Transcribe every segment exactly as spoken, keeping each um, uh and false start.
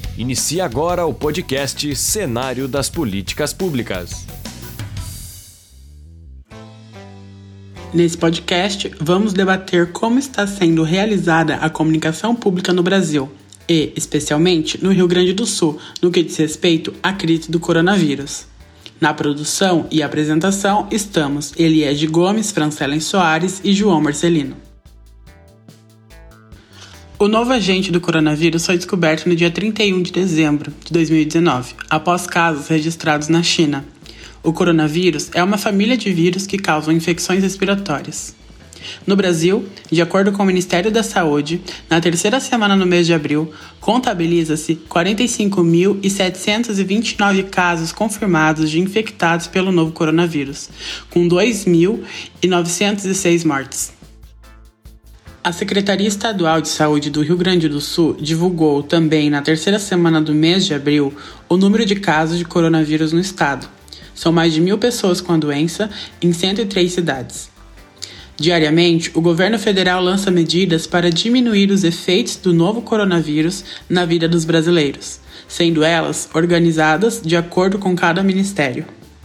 Inicia agora o podcast Cenário das Políticas Públicas. Nesse podcast, vamos debater como está sendo realizada a comunicação pública no Brasil e, especialmente, no Rio Grande do Sul, no que diz respeito à crise do coronavírus. Na produção e apresentação estamos Eliege Gomes, Francelen Soares e João Marcelino. O novo agente do coronavírus foi descoberto no dia trinta e um de dezembro de dois mil e dezenove, após casos registrados na China. O coronavírus é uma família de vírus que causam infecções respiratórias. No Brasil, de acordo com o Ministério da Saúde, na terceira semana do mês de abril, contabiliza-se quarenta e cinco mil setecentos e vinte e nove casos confirmados de infectados pelo novo coronavírus, com dois mil novecentos e seis mortes. A Secretaria Estadual de Saúde do Rio Grande do Sul divulgou também na terceira semana do mês de abril o número de casos de coronavírus no estado. São mais de mil pessoas com a doença em cento e três cidades. Diariamente, o governo federal lança medidas para diminuir os efeitos do novo coronavírus na vida dos brasileiros, sendo elas organizadas de acordo com cada ministério.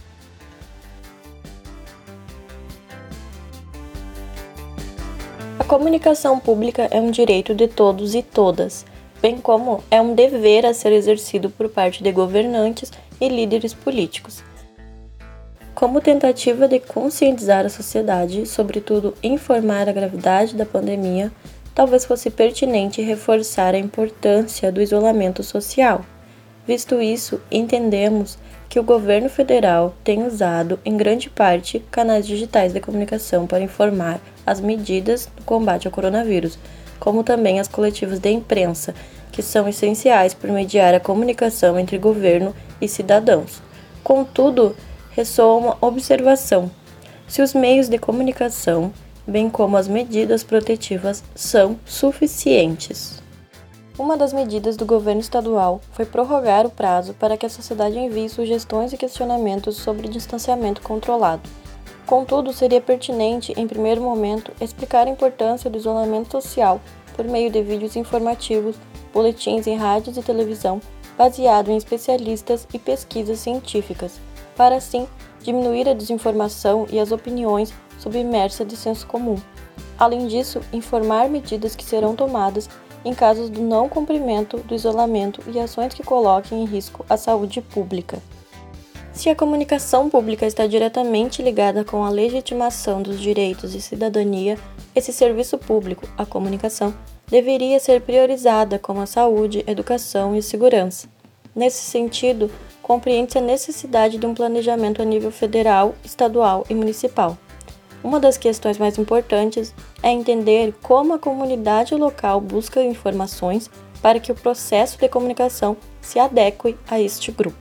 A comunicação pública é um direito de todos e todas, bem como é um dever a ser exercido por parte de governantes e líderes políticos. Como tentativa de conscientizar a sociedade, sobretudo informar a gravidade da pandemia, talvez fosse pertinente reforçar a importância do isolamento social. Visto isso, entendemos que o governo federal tem usado, em grande parte, canais digitais de comunicação para informar as medidas do combate ao coronavírus, como também as coletivas de imprensa, que são essenciais por mediar a comunicação entre governo e cidadãos. Contudo, ressoa uma observação: se os meios de comunicação, bem como as medidas protetivas, são suficientes. Uma das medidas do governo estadual foi prorrogar o prazo para que a sociedade envie sugestões e questionamentos sobre distanciamento controlado. Contudo, seria pertinente, em primeiro momento, explicar a importância do isolamento social por meio de vídeos informativos, boletins em rádios e televisão, baseado em especialistas e pesquisas científicas, para assim diminuir a desinformação e as opiniões submersas de senso comum. Além disso, informar medidas que serão tomadas em casos do não cumprimento do isolamento e ações que coloquem em risco a saúde pública. Se a comunicação pública está diretamente ligada com a legitimação dos direitos de cidadania, esse serviço público, a comunicação, deveria ser priorizada como a saúde, educação e segurança. Nesse sentido, compreende-se a necessidade de um planejamento a nível federal, estadual e municipal. Uma das questões mais importantes é entender como a comunidade local busca informações para que o processo de comunicação se adeque a este grupo.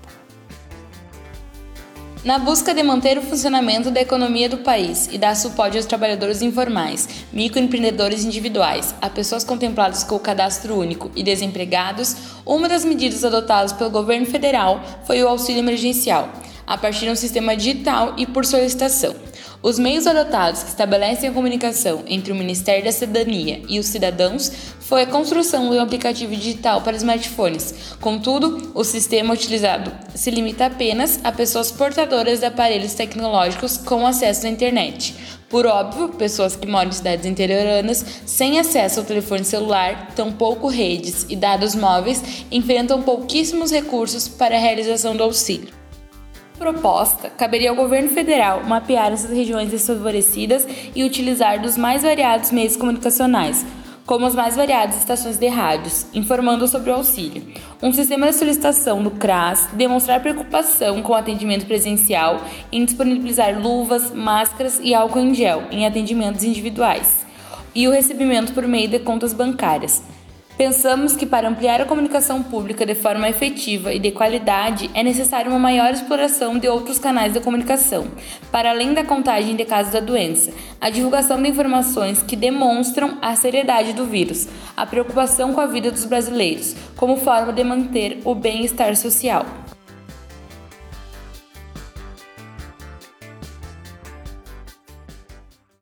Na busca de manter o funcionamento da economia do país e dar suporte aos trabalhadores informais, microempreendedores individuais, a pessoas contempladas com o cadastro único e desempregados, uma das medidas adotadas pelo governo federal foi o auxílio emergencial, a partir de um sistema digital e por solicitação. Os meios adotados que estabelecem a comunicação entre o Ministério da Cidadania e os cidadãos foi a construção de um aplicativo digital para smartphones. Contudo, o sistema utilizado se limita apenas a pessoas portadoras de aparelhos tecnológicos com acesso à internet. Por óbvio, pessoas que moram em cidades interioranas sem acesso ao telefone celular, tampouco redes e dados móveis, enfrentam pouquíssimos recursos para a realização do auxílio. Proposta, caberia ao governo federal mapear essas regiões desfavorecidas e utilizar dos mais variados meios comunicacionais, como as mais variadas estações de rádios, informando sobre o auxílio. Um sistema de solicitação do C R A S, demonstrar preocupação com o atendimento presencial em disponibilizar luvas, máscaras e álcool em gel em atendimentos individuais, e o recebimento por meio de contas bancárias. Pensamos que para ampliar a comunicação pública de forma efetiva e de qualidade é necessária uma maior exploração de outros canais de comunicação, para além da contagem de casos da doença, a divulgação de informações que demonstram a seriedade do vírus, a preocupação com a vida dos brasileiros, como forma de manter o bem-estar social.